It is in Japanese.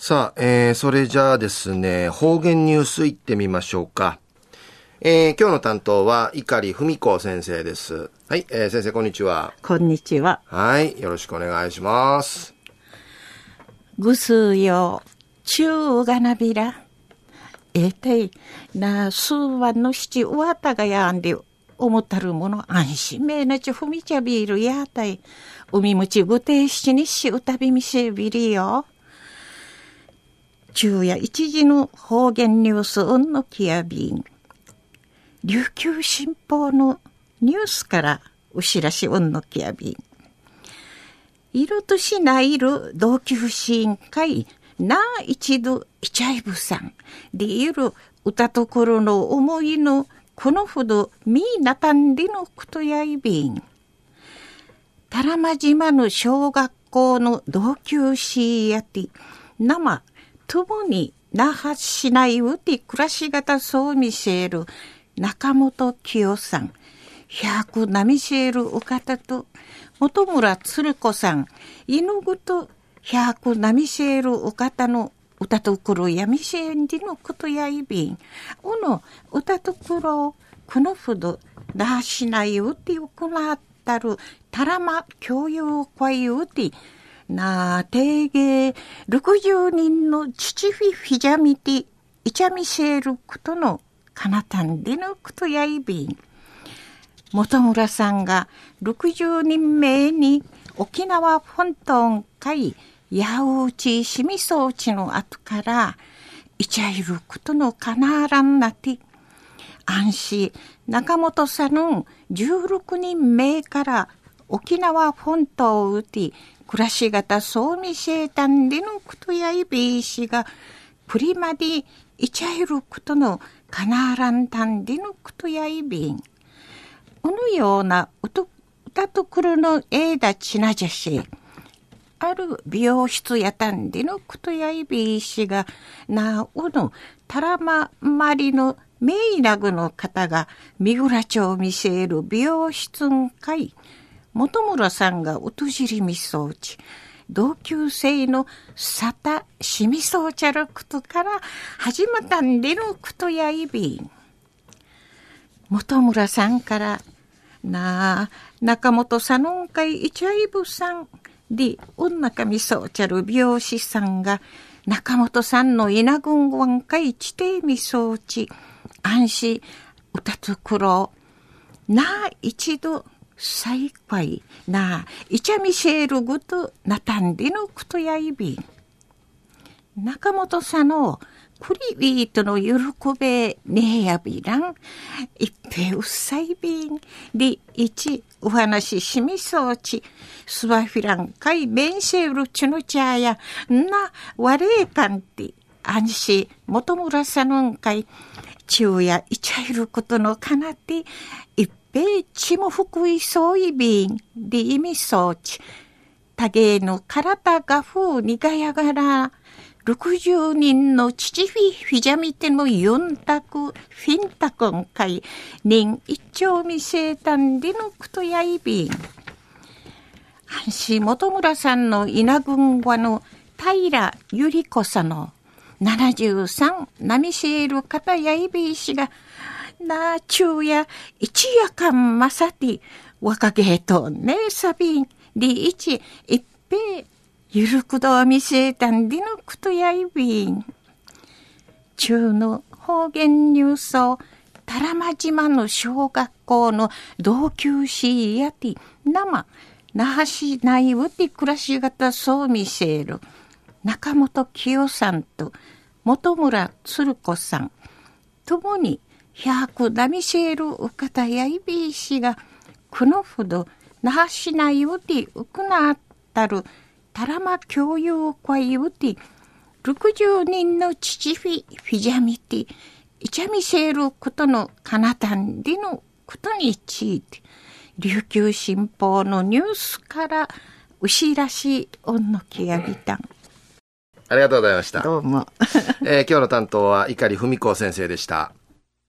さあ、それじゃあですね、方言ニュースいってみましょうか。今日の担当は碇文子先生です。はい、先生こんにちは。 こんにちは。 はい、よろしくお願いします。 ぐすよ、ちゅうがなびら。てい、な、すわのしちうわたがやんで、思ったるもの、安心めなちふみちゃびるやたい。海むちぐてしにしうたびみせびりよ。昼夜一時の方言ニュースうんのきやびん。琉球新報のニュースからうしらしうんのきやびん。いるとしないる同級委員会な一度いちゃいぶさんでいる歌ところの思いのこのほどみなたんでのことやいびん。多良間島の小学校の同級生やて生ともに那覇市内うて暮らし方そう見せる中本清さん、百なみせるお方と本村鶴子さん、犬ぐと百なみせるお方の歌ところやみせんでのことやいびん。おの歌ところこのほど那覇市内うて行ったる多良間教養会うてな定芸60人の父フィジャミティイチャミシェルことのかなたんでのことやいびん。本村さんが60人目に沖縄本島会八百内しみそうちの後からイチャイルことのかならんなて安心中本さんの16人目から沖縄本島うて暮らし方そうみせたんでのことやいびいしがプリマでいちゃいることのかならんたんでのことやいびん。このような歌とくるのだちなじゃしある美容室やたんでのことやいびいしがなおのたらままりのめいなぐの方が三浦町を見せる美容室んかい本村さんがおとじりみそうち同級生のさたしみそうちゃることから始まったんでのことやいびん。本村さんからなあ中本さのんかいいちゃいぶさんでおんなかみそうちゃる美容師さんが中本さんの稲群わんかいちてみそうち安心歌ところなあ一度再会なイチャミシェールグとなたんでのことやいびん。中本さんのクリビートの喜べねえやびらん一平うっさいびんで一お話しみそうちスワフィランかいメンシェルチュノチャーやなわれえかんて安心元村さんんかい昼夜いちゃいることのかなって一平ちも福いそういびんで意味そうち多芸の体がふうにがやがら60人の父フィジャミテの4択フィンタコン会人一丁見せたんでのことやいびん。安心本村さんの稲群話の平ゆり子さんの73なみせる方やいびいしがな昼夜一夜間まさて若げとねさびんで一平ゆるくどを見せたんでのことやいびん。中の方言ニュースを多良間島の小学校の同級生やて生那覇市内うて暮らし方そう見せる中本清さんと本村鶴子さんともに百なみせるお方やいびいしがこのほど那覇市内うてうくなったる多良間教養会うて60人の父フィジャミティイチャミセールことのかなたんでのことについて琉球新報のニュースからうしらしおんのきやびたん。 ありがとうございました。 どうも、 今日の担当は碇文子先生でした。